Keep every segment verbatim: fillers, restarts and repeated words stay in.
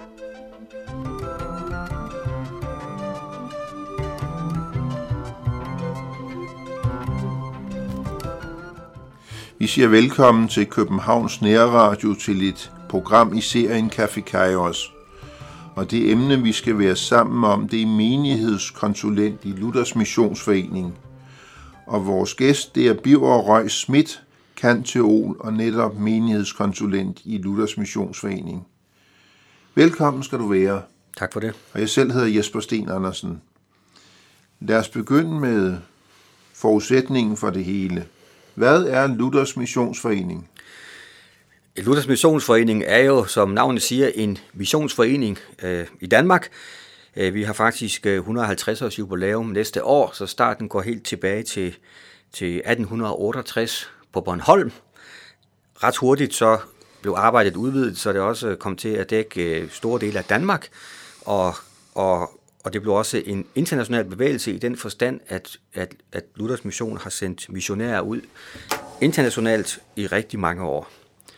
Vi siger velkommen til Københavns Nærradio til et program i serien Café Kairos. Og det emne, vi skal være sammen om, det er menighedskonsulent i Luthers Missionsforening. Og vores gæst, det er Birger Røg Schmidt, cand.theol og netop menighedskonsulent i Luthers Missionsforening. Velkommen skal du være. Tak for det. Og jeg selv hedder Jesper Sten Andersen. Lad os begynde med forudsætningen for det hele. Hvad er Luthers Missionsforening? Luthers Missionsforening er jo, som navnet siger, en missionsforening øh, i Danmark. Øh, vi har faktisk et hundrede og halvtreds års jubilæum næste år, så starten går helt tilbage til, til atten otteogtres på Bornholm. Ret hurtigt så blev arbejdet udvidet, så det også kom til at dække store dele af Danmark, og, og, og det blev også en international bevægelse i den forstand, at, at, at Luthers Mission har sendt missionærer ud internationalt i rigtig mange år.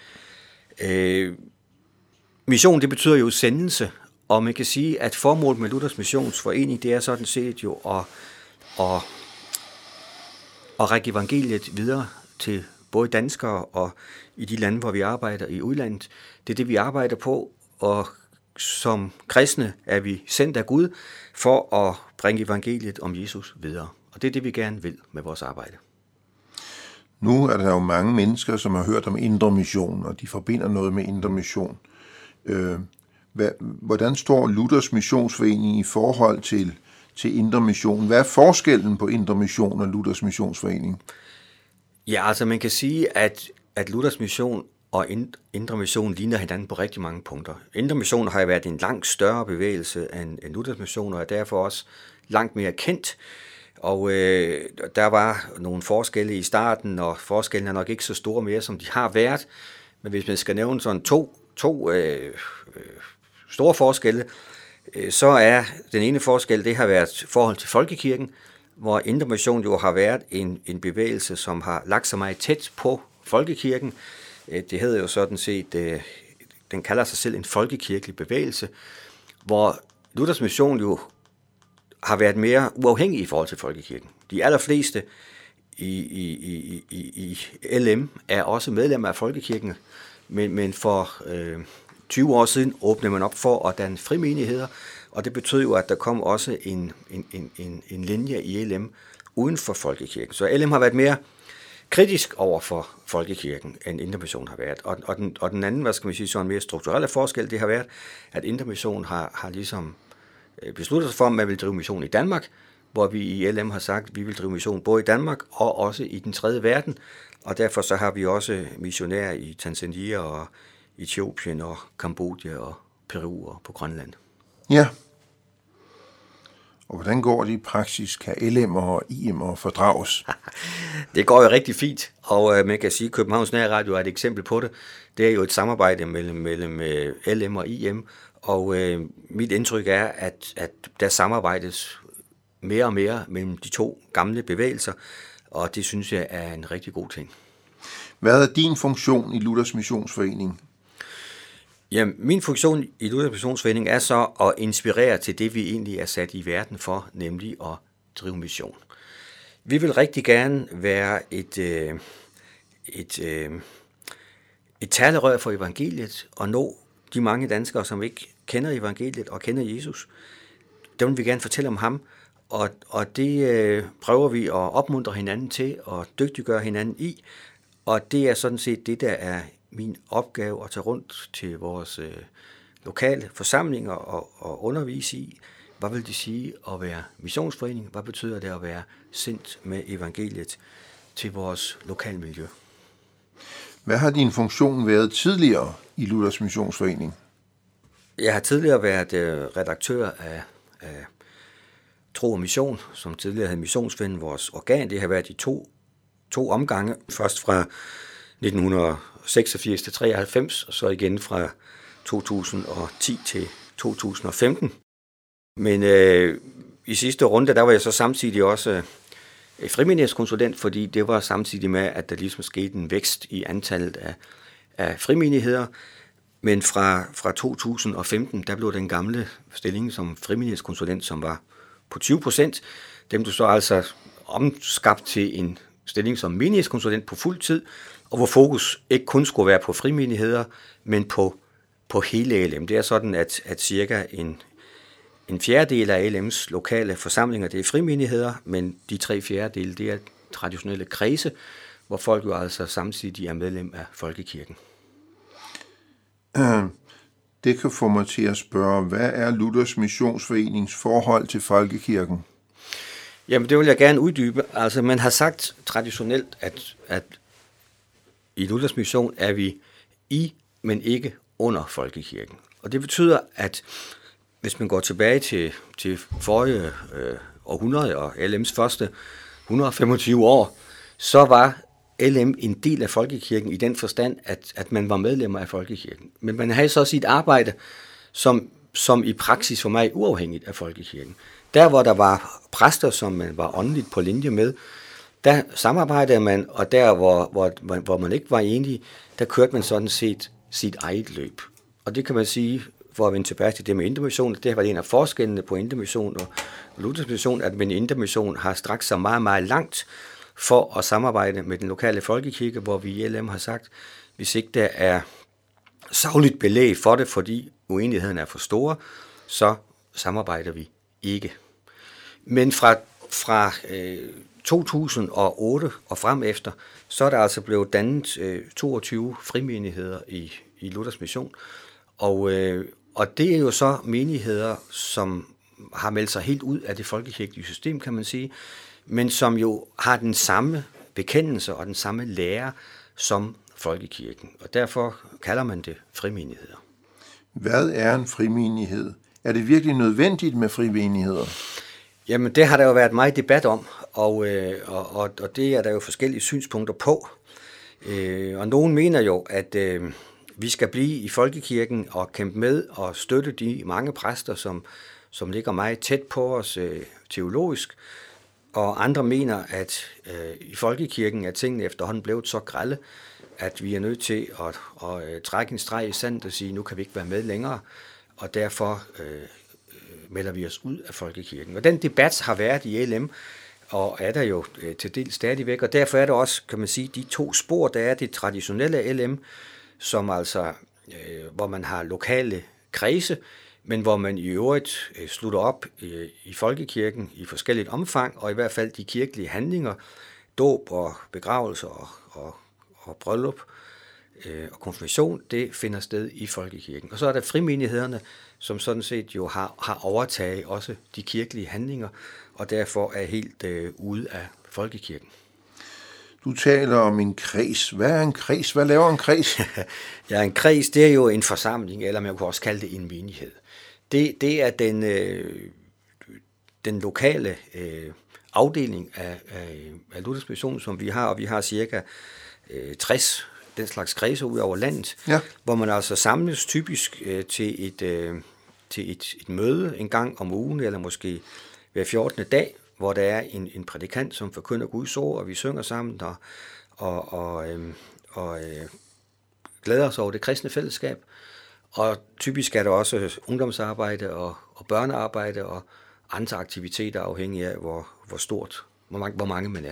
Øh, mission, det betyder jo sendelse, og man kan sige, at formålet med Luthers Missionsforening, det er sådan set jo at, at, at række evangeliet videre til både danskere og i de lande, hvor vi arbejder i udlandet. Det er det, vi arbejder på, og som kristne er vi sendt af Gud for at bringe evangeliet om Jesus videre. Og det er det, vi gerne vil med vores arbejde. Nu er der jo mange mennesker, som har hørt om Indre Mission, og de forbinder noget med Indre Mission. Øh, hvad, hvordan står Luthers Missionsforening i forhold til, til Indre Mission? Hvad er forskellen på Indre Mission og Luthers Missionsforening? Ja, altså man kan sige, at, at Luthers Mission og Indre Mission ligner hinanden på rigtig mange punkter. Indre Mission har jo været en langt større bevægelse end, end Luthers Mission, og er derfor også langt mere kendt. Og øh, der var nogle forskelle i starten, og forskellene er nok ikke så store mere, som de har været. Men hvis man skal nævne sådan to, to øh, øh, store forskelle, øh, så er den ene forskel, det har været forhold til folkekirken, hvor Indre Mission jo har været en, en bevægelse, som har lagt sig meget tæt på folkekirken. Det hedder jo sådan set, øh, den kalder sig selv en folkekirkelig bevægelse, hvor Luthers Mission jo har været mere uafhængig i forhold til folkekirken. De allerfleste i, i, i, i, i L M er også medlemmer af folkekirken, men, men for øh, tyve år siden åbnede man op for at danne frimenigheder, og det betød jo, at der kom også en, en, en, en, en linje i L M uden for folkekirken. Så L M har været mere kritisk over for folkekirken, end Indre Mission har været. Og, og, den, og den anden, hvad skal man sige, sådan mere strukturelle forskel, det har været, at Indre Mission har, har ligesom besluttet sig for, at man vil drive mission i Danmark, hvor vi i L M har sagt, at vi vil drive mission både i Danmark og også i den tredje verden, og derfor så har vi også missionærer i Tanzania og Etiopien og Kambodja og Peru og på Grønland. Ja. Og hvordan går det i praksis? Kan L M'er og I M'er fordrages? Det går jo rigtig fint, og man kan sige, at Københavns Nærradio er et eksempel på det. Det er jo et samarbejde mellem, mellem L M og I M, og øh, mit indtryk er, at, at der samarbejdes mere og mere mellem de to gamle bevægelser, og det synes jeg er en rigtig god ting. Hvad er din funktion i Luthers Missionsforening? Ja, min funktion i Luthers Missionsforening er så at inspirere til det, vi egentlig er sat i verden for, nemlig at drive mission. Vi vil rigtig gerne være et, øh, et, øh, et talerør for evangeliet og nå de mange danskere, som ikke kender evangeliet og kender Jesus. Der vil vi gerne fortælle om ham, og, og det øh, prøver vi at opmuntre hinanden til og dygtiggøre hinanden i, og det er sådan set det, der er min opgave at tage rundt til vores øh, lokale forsamlinger og, og undervise i, hvad vil det sige at være missionsforening, hvad betyder det at være sendt med evangeliet til vores lokale miljø. Hvad har din funktion været tidligere i Luthers Missionsforening? Jeg har tidligere været øh, redaktør af, af Tro og Mission, som tidligere hed Missionsforeningen, vores organ. Det har været i to, to omgange. Først fra nitten seksogfirs til treoghalvfems, og så igen fra to tusind og ti til to tusind og femten. Men øh, i sidste runde, der var jeg så samtidig også øh, frimenighedskonsulent, fordi det var samtidig med, at der ligesom skete en vækst i antallet af, af frimenigheder. Men fra, fra to tusind og femten, der blev den gamle stilling som frimenighedskonsulent, som var på tyve procent, dem du så altså omskabt til en stilling som menighedskonsulent på fuld tid, og hvor fokus ikke kun skulle være på frimenigheder, men på, på hele A L M. Det er sådan, at, at cirka en, en fjerdedel af A L M's lokale forsamlinger, det er frimenigheder, men de tre fjerdedele, det er traditionelle kredse, hvor folk jo altså samtidig er medlem af folkekirken. Det kan få mig til at spørge, hvad er Luthers Missionsforenings forhold til folkekirken? Jamen, det vil jeg gerne uddybe. Altså, man har sagt traditionelt, at, at i Luthers Mission er vi i, men ikke under folkekirken. Og det betyder, at hvis man går tilbage til, til forrige øh, århundrede og L M's første et hundrede og femogtyve år, så var L M en del af folkekirken i den forstand, at, at man var medlemmer af folkekirken. Men man havde så sit arbejde, som, som i praksis for mig uafhængigt af folkekirken. Der, hvor der var præster, som man var åndeligt på linje med, der samarbejdede man, og der, hvor, hvor, hvor man ikke var enige, der kørte man sådan set sit eget løb. Og det kan man sige, for at vende tilbage til det med intermission, det har været en af forskellene på intermission og Luthers Mission, at man i intermission har strakt sig meget, meget langt for at samarbejde med den lokale folkekirke, hvor vi i L M har sagt, hvis ikke der er sagligt belæg for det, fordi uenigheden er for store, så samarbejder vi ikke. Men fra, fra øh, to tusind og otte og frem efter, så er der altså blevet dannet øh, toogtyve frimenigheder i, i Luthers Mission, og, øh, og det er jo så menigheder, som har meldt sig helt ud af det folkekirkelige system, kan man sige, men som jo har den samme bekendelse og den samme lære som folkekirken. Og derfor kalder man det frimenigheder. Hvad er en frimenighed? Er det virkelig nødvendigt med frimenigheder? Jamen, det har der jo været meget debat om, og, øh, og, og, og det er der jo forskellige synspunkter på. Øh, og nogen mener jo, at øh, vi skal blive i folkekirken og kæmpe med og støtte de mange præster, som, som ligger meget tæt på os øh, teologisk. Og andre mener, at øh, i folkekirken er tingene efterhånden blevet så grælde, at vi er nødt til at, at, at trække en streg i sandet og sige, nu kan vi ikke være med længere, og derfor øh, melder vi os ud af folkekirken. Og den debat har været i L M, og er der jo øh, til del stadigvæk, og derfor er der også, kan man sige, de to spor, der er det traditionelle L M, som altså, øh, hvor man har lokale kredse, men hvor man i øvrigt øh, slutter op øh, i folkekirken i forskelligt omfang, og i hvert fald de kirkelige handlinger, dåb og begravelse og, og, og bryllup øh, og konfirmation, det finder sted i folkekirken. Og så er der frimenighederne, som sådan set jo har, har overtaget også de kirkelige handlinger, og derfor er helt øh, ude af folkekirken. Du taler om en kreds. Hvad er en kreds? Hvad laver en kreds? Ja, en kreds, det er jo en forsamling, eller man kan også kalde det en menighed. Det, det er den, øh, den lokale øh, afdeling af, af, af Luthers Mission, som vi har, og vi har cirka øh, tres den slags kredser ud over landet, ja. Hvor man altså samles typisk øh, til, et, øh, til et, et møde en gang om ugen, eller måske hver fjortende dag, hvor der er en, en prædikant, som forkynder Guds ord, og vi synger sammen og, og, og, øh, og øh, glæder os over det kristne fællesskab. Og typisk er der også ungdomsarbejde og, og børnearbejde og andre aktiviteter, afhængig af, hvor, hvor stort, hvor mange, hvor mange man er.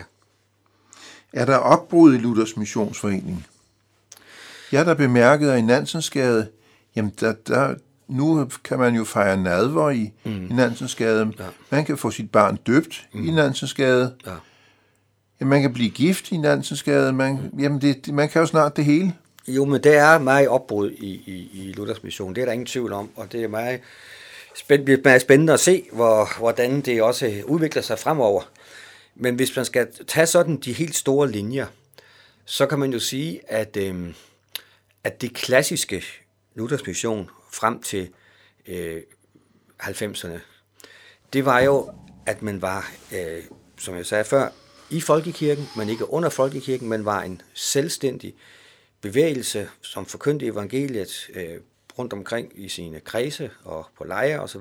Er der opbrud i Luthers Missionsforening? Jeg har da bemærket, at i Nansensgade, jamen der, der, nu kan man jo fejre nadver i, mm. i Nansensgade. Ja. Man kan få sit barn døbt mm. i Nansensgade. Ja. Jamen, man kan blive gift i Nansensgade. Man, mm. jamen det, man kan jo snart det hele. Jo, men det er meget opbrud i, i, i Luthers Mission. Det er der ingen tvivl om, og det er meget spændende, meget spændende at se, hvor, hvordan det også udvikler sig fremover. Men hvis man skal tage sådan de helt store linjer, så kan man jo sige, at, øh, at det klassiske Luthers Mission frem til øh, halvfemserne, det var jo, at man var, øh, som jeg sagde før, i folkekirken, men ikke under folkekirken, men var en selvstændig bevægelse, som forkyndte evangeliet øh, rundt omkring i sine kredse og på lejre osv.,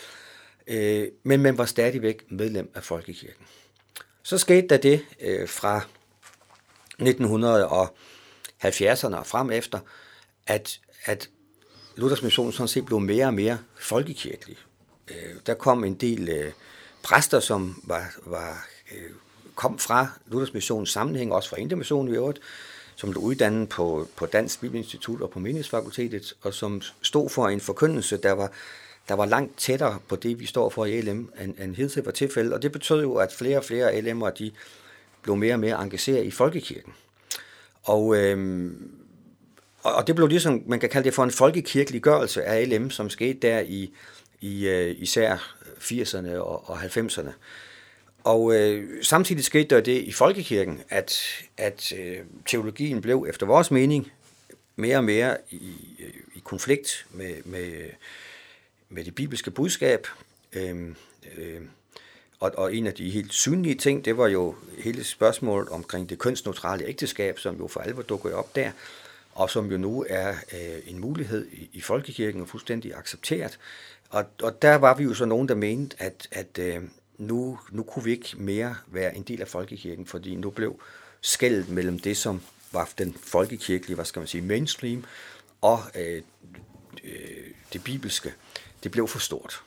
øh, men man var stadigvæk medlem af folkekirken. Så skete der det øh, fra nitten halvfjerdserne og frem efter, at, at Luthers mission sådan set blev mere og mere folkekirkelig. Øh, der kom en del øh, præster, som var, var, øh, kom fra Luthers missions sammenhæng, også fra Indre Mission i øvrigt, som blev uddannet på, på Dansk Bibelinstitut og på Menighedsfakultetet, og som stod for en forkyndelse, der var, der var langt tættere på det, vi står for i L M, end, end hidtil var tilfældet. Og det betød jo, at flere og flere L M'ere, de blev mere og mere engageret i folkekirken. Og, øhm, og det blev ligesom, man kan kalde det for en folkekirkeliggørelse af L M, som skete der i, i uh, især firserne og, og halvfemserne. Og øh, samtidig skete der det i folkekirken, at, at øh, teologien blev efter vores mening mere og mere i, i konflikt med, med, med det bibelske budskab. Øh, øh, og, og en af de helt synlige ting, det var jo hele spørgsmålet omkring det kønsneutrale ægteskab, som jo for alvor dukkede op der, og som jo nu er øh, en mulighed i, i folkekirken og fuldstændig accepteret. Og, og der var vi jo så nogen, der mente, at, at øh, Nu, nu kunne vi ikke mere være en del af folkekirken, fordi nu blev skellet mellem det, som var den folkekirkelige, hvad skal man sige, mainstream, og øh, øh, det bibelske, det blev for stort.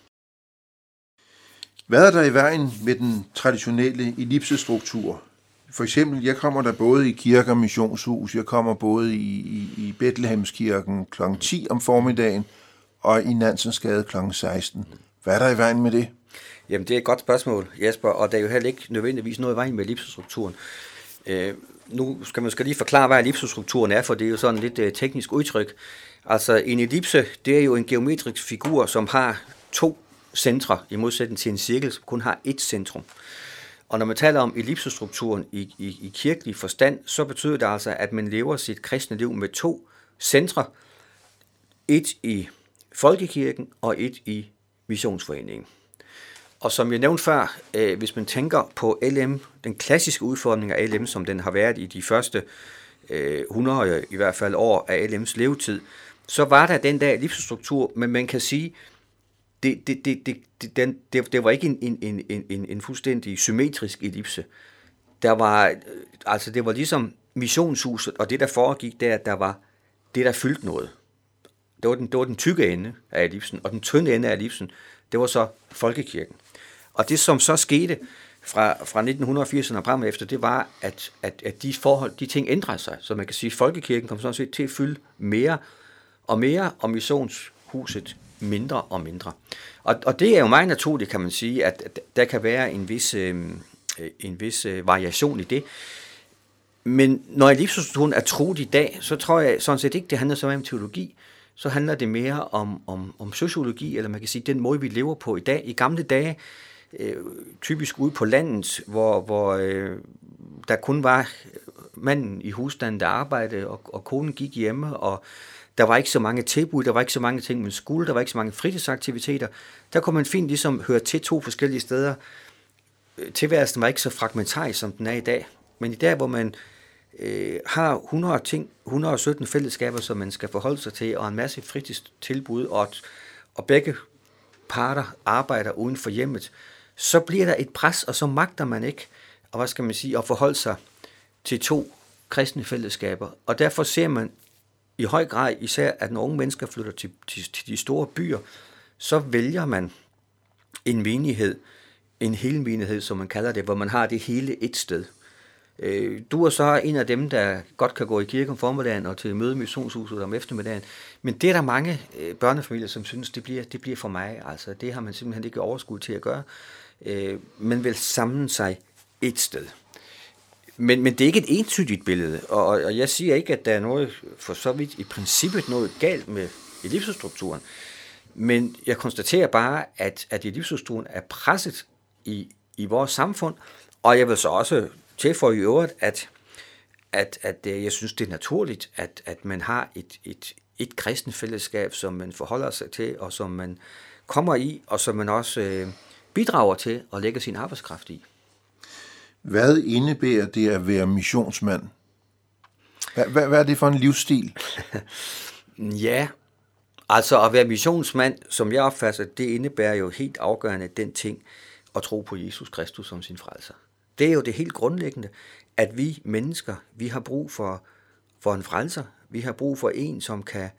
Hvad er der i vejen med den traditionelle ellipsestruktur? For eksempel, jeg kommer der både i kirke og missionshus, jeg kommer både i, i, i Betlehemskirken klokken ti om formiddagen, og i Nansensgade klokken seksten. Hvad er der i vejen med det? Jamen, det er et godt spørgsmål, Jesper, og der er jo heller ikke nødvendigvis noget i vejen med ellipsestrukturen. Øh, nu skal man skal lige forklare, hvad ellipsestrukturen er, for det er jo sådan lidt uh, teknisk udtryk. Altså, en ellipse, det er jo en geometrisk figur, som har to centre, i modsætning til en cirkel, som kun har ét centrum. Og når man taler om ellipsestrukturen i, i, i kirkelig forstand, så betyder det altså, at man lever sit kristne liv med to centre. Et i folkekirken og et i missionsforeningen. Og som jeg nævnte før, øh, hvis man tænker på L M, den klassiske udformning af L M, som den har været i de første øh, hundrede i hvert fald år af L M's levetid, så var der den der ellipsestruktur, men man kan sige, det, det, det, det, det, den, det, det var ikke en, en, en, en, en fuldstændig symmetrisk ellipse. Der var, altså det var ligesom missionshuset, og det der foregik der, der var det, der fyldte noget. Det var den, det var den tykke ende af ellipsen, og den tynde ende af ellipsen, det var så folkekirken. Og det, som så skete fra, fra nitten firserne og frem efter, det var, at, at, at de forhold, de ting ændrede sig. Så man kan sige, at folkekirken kom sådan set til at fylde mere og mere, og missionshuset mindre og mindre. Og, og det er jo meget naturligt, kan man sige, at, at der kan være en vis, øh, en vis øh, variation i det. Men når ellipsestrukturen er truet i dag, så tror jeg sådan set ikke, det handler så meget om teologi, så handler det mere om, om, om sociologi, eller man kan sige, den måde, vi lever på i dag. I gamle dage, øh, typisk ude på landet, hvor, hvor øh, der kun var manden i husstanden, der arbejdede, og, og konen gik hjemme, og der var ikke så mange tilbud, der var ikke så mange ting med skole, der var ikke så mange fritidsaktiviteter. Der kunne man fint ligesom høre til to forskellige steder. Tilværelsen var ikke så fragmentarisk, som den er i dag. Men i dag, hvor man øh, har hundrede ting, et hundrede og sytten fællesskaber, som man skal forholde sig til, og en masse fritidstilbud, og, og begge parter arbejder uden for hjemmet, så bliver der et pres, og så magter man ikke, og hvad skal man sige, at forholde sig til to kristne fællesskaber. Og derfor ser man i høj grad især, at når unge mennesker flytter til, til, til de store byer, så vælger man en menighed, en helmenighed, som man kalder det, hvor man har det hele et sted. Du er så en af dem, der godt kan gå i kirke om formiddagen og til møde i missionshuset om eftermiddagen, men det er der mange børnefamilier, som synes, det bliver, det bliver for mig. Altså, det har man simpelthen ikke overskud til at gøre. Man vil samle sig et sted. Men, men det er ikke et entydigt billede, og, og jeg siger ikke, at der er noget, for så vidt i princippet noget galt med ellipsestrukturen, men jeg konstaterer bare, at, at ellipsestrukturen er presset i, i vores samfund, og jeg vil så også tilføje i øvrigt, at, at, at jeg synes, det er naturligt, at, at man har et, et, et kristen fællesskab, som man forholder sig til, og som man kommer i, og som man også øh, bidrager til at lægge sin arbejdskraft i. Hvad indebærer det at være missionsmand? Hvad, hvad, hvad er det for en livsstil? Ja, altså at være missionsmand, som jeg opfatter, det indebærer jo helt afgørende den ting at tro på Jesus Kristus som sin frelser. Det er jo det helt grundlæggende, at vi mennesker, vi har brug for, for en frelser. Vi har brug for en, som kan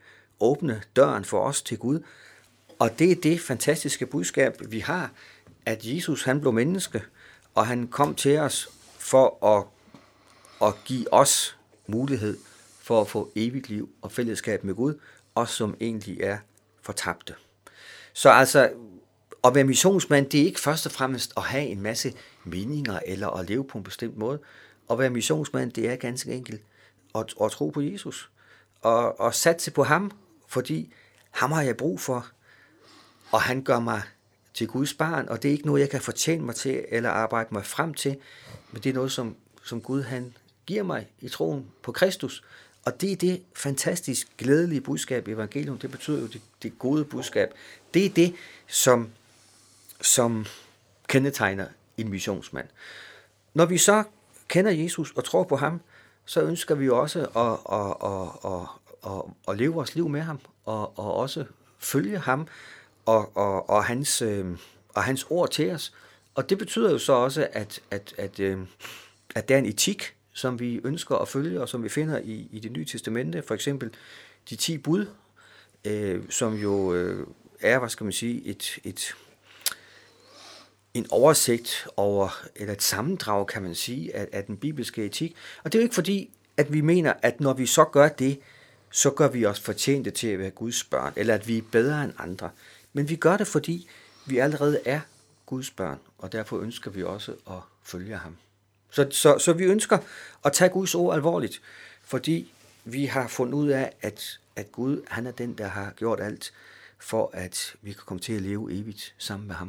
åbne døren for os til Gud. Og det er det fantastiske budskab, vi har, at Jesus han blev menneske, og han kom til os for at, at give os mulighed for at få evigt liv og fællesskab med Gud, os som egentlig er fortabte. Så altså, at være missionsmand, det er ikke først og fremmest at have en masse meninger eller at leve på en bestemt måde. At være missionsmand, det er ganske enkelt at, at tro på Jesus og, og satse på ham, fordi ham har jeg brug for, og han gør mig til Guds barn, og det er ikke noget, jeg kan fortjene mig til eller arbejde mig frem til, men det er noget, som, som Gud han giver mig i troen på Kristus. Og det er det fantastisk glædelige budskab i evangelium. Det betyder jo det, det gode budskab. Det er det, som, som kendetegner en missionsmand. Når vi så kender Jesus og tror på ham, så ønsker vi også at, at, at, at, at, at leve vores liv med ham, og, og også følge ham og, og, og, hans, og hans ord til os. Og det betyder jo så også, at, at, at, at der er en etik, som vi ønsker at følge, og som vi finder i, i Det Nye Testamente. For eksempel de ti bud, øh, som jo øh, er, hvad skal man sige, et, et, en oversigt over, eller et sammendrag, kan man sige, af, af den bibelske etik. Og det er jo ikke fordi, at vi mener, at når vi så gør det, så gør vi os fortjente til at være Guds børn, eller at vi er bedre end andre. Men vi gør det, fordi vi allerede er Guds børn, og derfor ønsker vi også at følge ham. Så, så, så vi ønsker at tage Guds ord alvorligt, fordi vi har fundet ud af, at, at Gud han er den, der har gjort alt, for at vi kan komme til at leve evigt sammen med ham.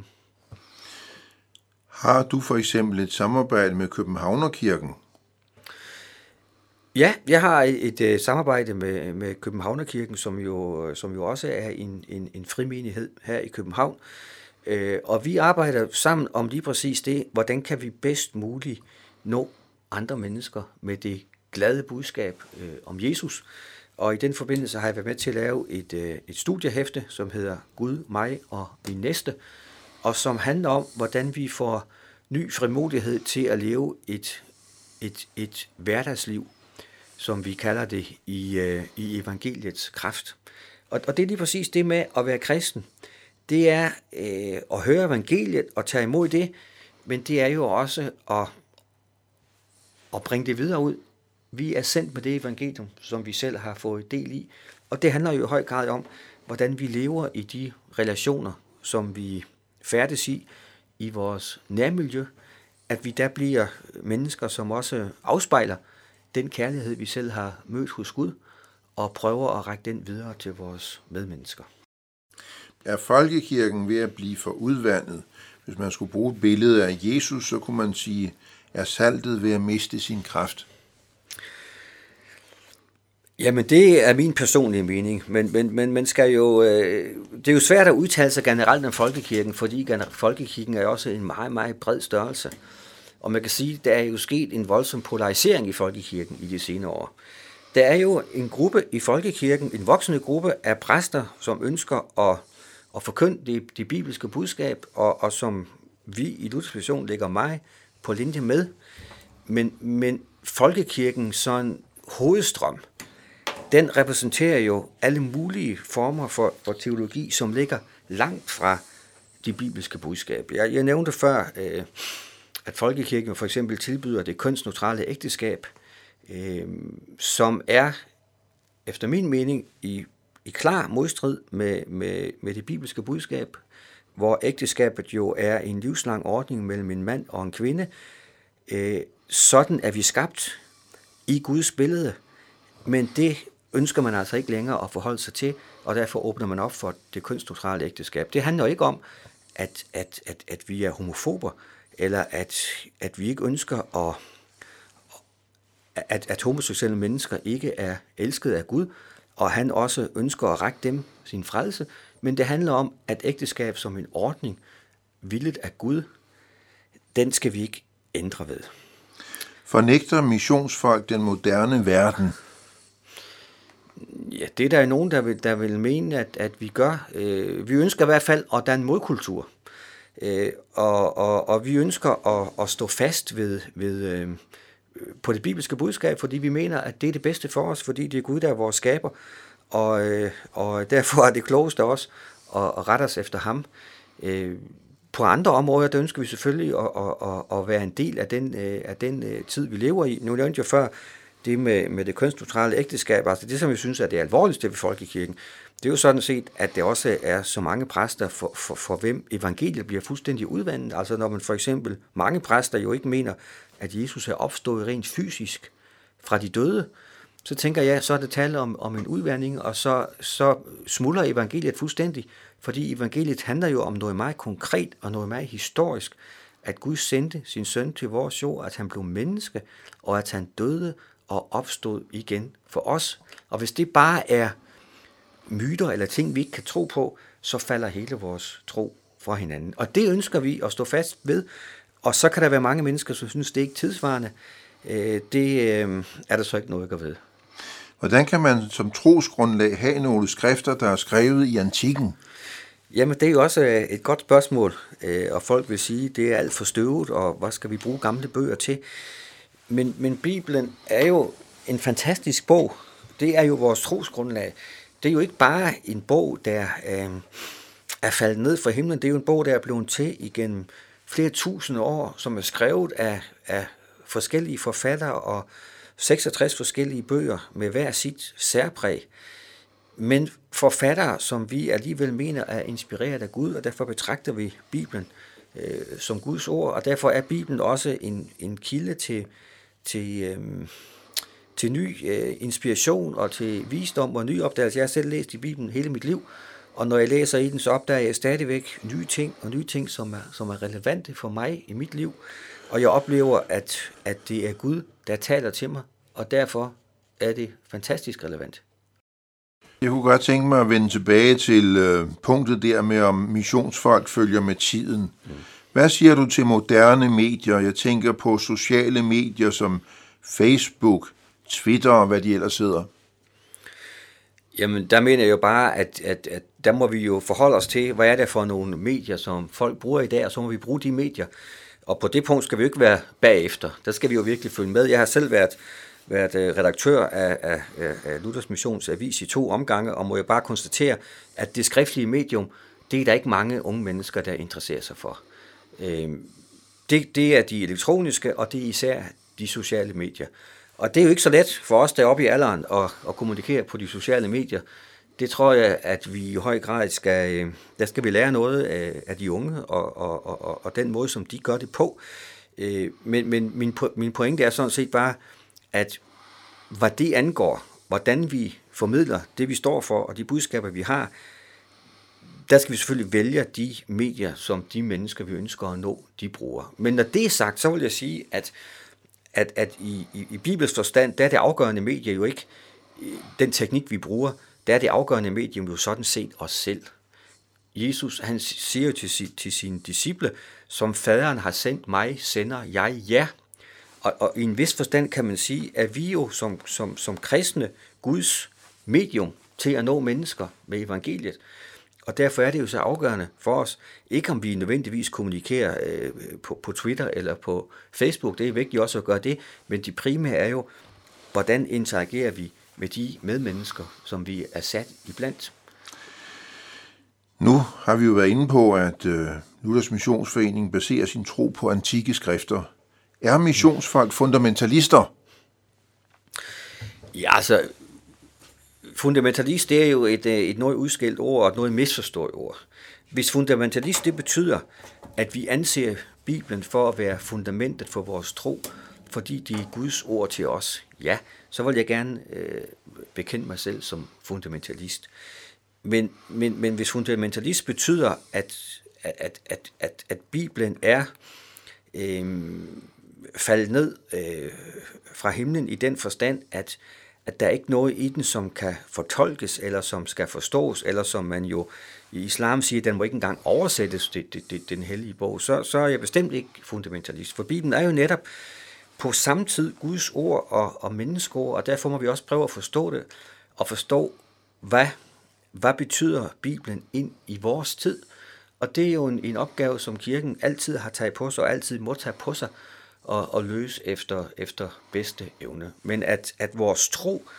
Har du for eksempel et samarbejde med Københavnerkirken? Ja, jeg har et, et samarbejde med, med Københavnerkirken, som jo, som jo også er en, en, en frimenighed her i København. Øh, og vi arbejder sammen om lige præcis det, hvordan kan vi bedst muligt nå andre mennesker med det glade budskab øh, om Jesus. Og i den forbindelse har jeg været med til at lave et, øh, et studiehæfte, som hedder Gud, mig og min næste, og som handler om, hvordan vi får ny frimodighed til at leve et, et, et hverdagsliv, som vi kalder det i, øh, i evangeliets kraft. Og, og det er lige præcis det med at være kristen. Det er øh, at høre evangeliet og tage imod det, men det er jo også at, at bringe det videre ud. Vi er sendt med det evangelium, som vi selv har fået del i, og det handler jo i høj grad om, hvordan vi lever i de relationer, som vi færdes i, i vores nærmiljø, at vi der bliver mennesker, som også afspejler den kærlighed, vi selv har mødt hos Gud, og prøver at række den videre til vores medmennesker. Er folkekirken ved at blive for udvandet? Hvis man skulle bruge et billede af Jesus, så kunne man sige, er saltet ved at miste sin kraft? Jamen, det er min personlige mening, men, men, men man skal jo, øh, det er jo svært at udtale sig generelt om folkekirken, fordi folkekirken er også en meget, meget bred størrelse. Og man kan sige, at der er jo sket en voldsom polarisering i folkekirken i de senere år. Der er jo en gruppe i folkekirken, en voksende gruppe af præster, som ønsker at, at forkynde det, det bibelske budskab, og, og som vi i Luthers Mission lægger mig på linje med. Men, men folkekirken, sådan hovedstrøm, den repræsenterer jo alle mulige former for, for teologi, som ligger langt fra de bibelske budskab. Jeg, jeg nævnte før, øh, at folkekirken for eksempel tilbyder det kønsneutrale ægteskab, øh, som er, efter min mening, i, i klar modstrid med, med, med det bibelske budskab, hvor ægteskabet jo er en livslang ordning mellem en mand og en kvinde. Øh, sådan er vi skabt i Guds billede, men det ønsker man altså ikke længere at forholde sig til, og derfor åbner man op for det kønsneutrale ægteskab. Det handler ikke om, at, at, at, at vi er homofober, eller at, at vi ikke ønsker, at, at, at homoseksuelle mennesker ikke er elsket af Gud, og han også ønsker at række dem sin frelse, men det handler om, at ægteskab som en ordning, villet af Gud, den skal vi ikke ændre ved. Fornægter missionsfolk den moderne verden? Ja, det er der nogen, der vil, der vil mene, at, at vi gør. Øh, vi ønsker i hvert fald at danne modkultur. Øh, og, og, og vi ønsker at, at stå fast ved, ved, øh, på det bibelske budskab, fordi vi mener, at det er det bedste for os, fordi det er Gud, der er vores skaber. og, øh, og derfor er det klogeste også at, at rette os efter ham. Øh, på andre områder, der ønsker vi selvfølgelig at, at, at, at være en del af den, af den tid, vi lever i. Nu nævnte jeg før det med, med det kønsneutrale ægteskab, altså det, som vi synes er det alvorligste ved folkekirken, det er jo sådan set, at det også er så mange præster, for, for, for hvem evangeliet bliver fuldstændig udvandet. Altså når man for eksempel, mange præster jo ikke mener, at Jesus er opstået rent fysisk fra de døde, så tænker jeg, så er det tale om, om en udvandring, og så, så smuldrer evangeliet fuldstændig, fordi evangeliet handler jo om noget meget konkret og noget meget historisk, at Gud sendte sin søn til vores jord, at han blev menneske, og at han døde og opstod igen for os. Og hvis det bare er myter eller ting, vi ikke kan tro på, så falder hele vores tro fra hinanden. Og det ønsker vi at stå fast ved, og så kan der være mange mennesker, som synes, det er ikke tidsvarende. Det er der så ikke noget at ved. Hvordan kan man som trosgrundlag have nogle skrifter, der er skrevet i antikken? Jamen, det er jo også et godt spørgsmål, og folk vil sige, at det er alt for støvet, og hvad skal vi bruge gamle bøger til? Men, men Bibelen er jo en fantastisk bog. Det er jo vores trosgrundlag. Det er jo ikke bare en bog, der øh, er faldet ned fra himlen. Det er jo en bog, der er blevet til igennem flere tusinde år, som er skrevet af, af forskellige forfattere og seksogtres forskellige bøger med hver sit særpræg. Men forfattere, som vi alligevel mener er inspireret af Gud, og derfor betragter vi Bibelen øh, som Guds ord, og derfor er Bibelen også en, en kilde til, til, øh, til ny øh, inspiration og til visdom og ny opdagelse. Jeg har selv læst i Bibelen hele mit liv, og når jeg læser i den, så opdager jeg stadigvæk nye ting, og nye ting, som er, som er relevante for mig i mit liv. Og jeg oplever, at, at det er Gud, der taler til mig, og derfor er det fantastisk relevant. Jeg kunne godt tænke mig at vende tilbage til øh, punktet der med, om missionsfolk følger med tiden. Mm. Hvad siger du til moderne medier? Jeg tænker på sociale medier som Facebook, Twitter og hvad de ellers hedder. Jamen, der mener jeg jo bare, at, at, at der må vi jo forholde os til, hvad er det for nogle medier, som folk bruger i dag, og så må vi bruge de medier. Og på det punkt skal vi jo ikke være bagefter. Der skal vi jo virkelig følge med. Jeg har selv været, været redaktør af, af, af Luthers Missions Avis i to omgange, og må jeg bare konstatere, at det skriftlige medium, det er der ikke mange unge mennesker, der interesserer sig for. Det, det er de elektroniske, og det er især de sociale medier. Og det er jo ikke så let for os deroppe i alderen at, at kommunikere på de sociale medier. Det tror jeg, at vi i høj grad skal, der skal vi lære noget af, af de unge, og, og, og, og den måde, som de gør det på. Men, men min, min pointe er sådan set bare, at hvad det angår, hvordan vi formidler det, vi står for, og de budskaber, vi har, der skal vi selvfølgelig vælge de medier, som de mennesker, vi ønsker at nå, de bruger. Men når det er sagt, så vil jeg sige, at, at, at i, i, i Bibels forstand, der er det afgørende medie jo ikke den teknik, vi bruger, der er det afgørende medium jo sådan set os selv. Jesus, han siger jo til, til sine disciple, som faderen har sendt mig, sender jeg jer. Og, og i en vis forstand kan man sige, at vi jo som, som, som kristne Guds medium til at nå mennesker med evangeliet. Og derfor er det jo så afgørende for os, ikke om vi nødvendigvis kommunikerer øh, på, på Twitter eller på Facebook, det er vigtigt også at gøre det, men det primære er jo, hvordan interagerer vi med de medmennesker, som vi er sat iblandt. Nu har vi jo været inde på, at øh, Luthers Missionsforening baserer sin tro på antikke skrifter. Er missionsfolk fundamentalister? Ja, altså, fundamentalist, det er jo et, et noget udskilt ord og et noget misforstået ord. Hvis fundamentalist, det betyder, at vi anser Bibelen for at være fundamentet for vores tro, fordi det er Guds ord til os, ja, så vil jeg gerne øh, bekende mig selv som fundamentalist. Men, men, men hvis fundamentalist betyder, at, at, at, at, at Bibelen er øh, faldet ned øh, fra himlen i den forstand, at, at der er ikke noget i den, som kan fortolkes, eller som skal forstås, eller som man jo i islam siger, den må ikke engang oversættes til, til, til den hellige bog, så, så er jeg bestemt ikke fundamentalist. For Bibelen er jo netop på samme tid Guds ord og, og menneskeord, og derfor må vi også prøve at forstå det, og forstå, hvad, hvad betyder Bibelen ind i vores tid. Og det er jo en, en opgave, som kirken altid har taget på sig, og altid må tage på sig, og, og løse efter, efter bedste evne. Men at, at vores tro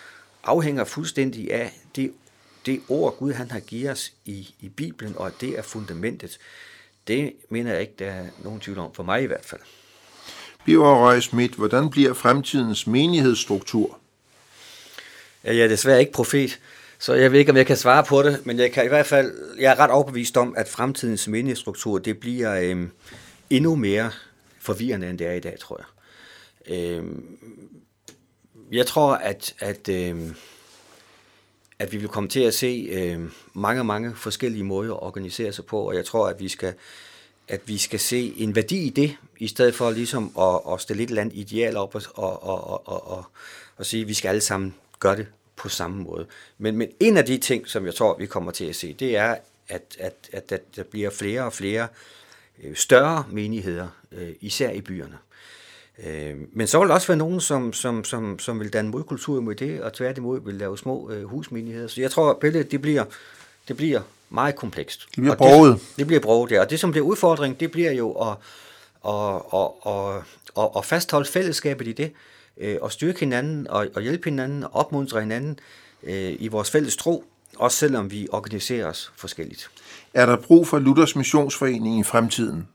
afhænger fuldstændig af det, det ord, Gud han har givet os i, i Bibelen, og det er fundamentet. Det mener jeg ikke, der er nogen tvivl om, for mig i hvert fald. Birger Røgh Schmidt, hvordan bliver fremtidens menighedsstruktur? Jeg er desværre ikke profet, så jeg ved ikke, om jeg kan svare på det, men jeg kan i hvert fald, jeg er ret overbevist om, at fremtidens menighedsstruktur, det bliver øh, endnu mere forvirrende, end det er i dag, tror jeg. Øh, jeg tror, at, at, øh, at vi vil komme til at se øh, mange, mange forskellige måder at organisere sig på, og jeg tror, at vi skal, at vi skal se en værdi i det, i stedet for ligesom at, at stille et eller andet ideal op og, og, og, og, og, og sige, at vi skal alle sammen gøre det på samme måde. Men, men en af de ting, som jeg tror, vi kommer til at se, det er, at, at, at, at der bliver flere og flere øh, større menigheder, øh, især i byerne. Øh, men så vil der også være nogen, som, som, som, som vil danne modkultur mod det, og tværtimod vil lave små øh, husmenigheder. Så jeg tror, at billedet, det bliver, det bliver meget komplekst. Det bliver broget. Det, det bliver broget, ja. Og det, som bliver udfordring, det bliver jo at, at, at, at, at, at fastholde fællesskabet i det, og styrke hinanden, og, og hjælpe hinanden, og opmuntre hinanden øh, i vores fælles tro, også selvom vi organiserer os forskelligt. Er der brug for Luthers Missionsforening i fremtiden?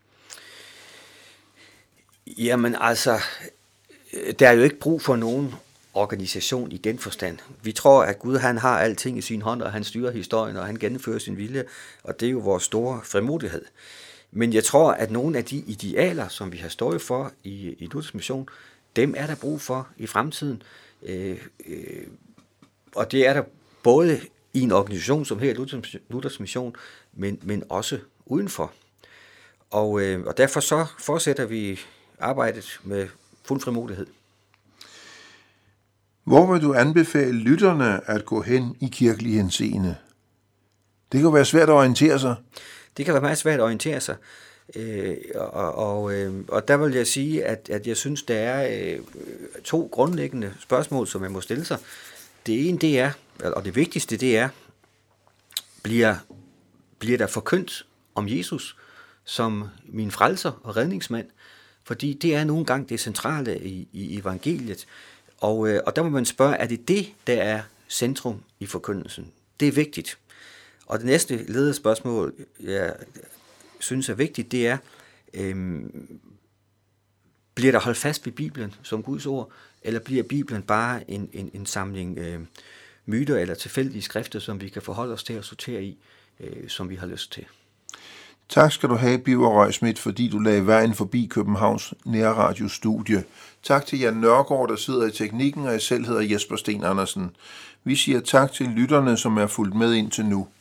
Jamen altså, der er jo ikke brug for nogen organisation i den forstand. Vi tror, at Gud han har alting i sin hånd, og han styrer historien, og han gennemfører sin vilje, og det er jo vores store frimodighed. Men jeg tror, at nogle af de idealer, som vi har stået for i, i Luthers Mission, dem er der brug for i fremtiden, øh, øh, og det er der både i en organisation som her Luthers, Luthers Mission, men, men også udenfor. Og, øh, og derfor så fortsætter vi arbejdet med fuld frimodighed. Hvor vil du anbefale lytterne at gå hen i kirkelig henseende? Det kan være svært at orientere sig. Det kan være meget svært at orientere sig. Øh, og, og, øh, og der vil jeg sige, at, at jeg synes, der er øh, to grundlæggende spørgsmål, som man må stille sig. Det ene, det er, og det vigtigste, det er, bliver, bliver der forkyndt om Jesus som min frelser og redningsmand? Fordi det er nogle gange det centrale i, i evangeliet. Og, øh, og der må man spørge, er det det, der er centrum i forkyndelsen? Det er vigtigt. Og det næste lederspørgsmål, jeg synes er vigtigt, det er, øhm, bliver der holdt fast ved Bibelen som Guds ord, eller bliver Bibelen bare en, en, en samling øh, myter eller tilfældige skrifter, som vi kan forholde os til at sortere i, øh, som vi har lyst til? Tak skal du have, Birger Røgh Schmidt, fordi du lagde vejen forbi Københavns Nærradiostudie. Tak til Jan Nørgaard, der sidder i teknikken, og jeg selv hedder Jesper Sten Andersen. Vi siger tak til lytterne, som er fulgt med indtil nu.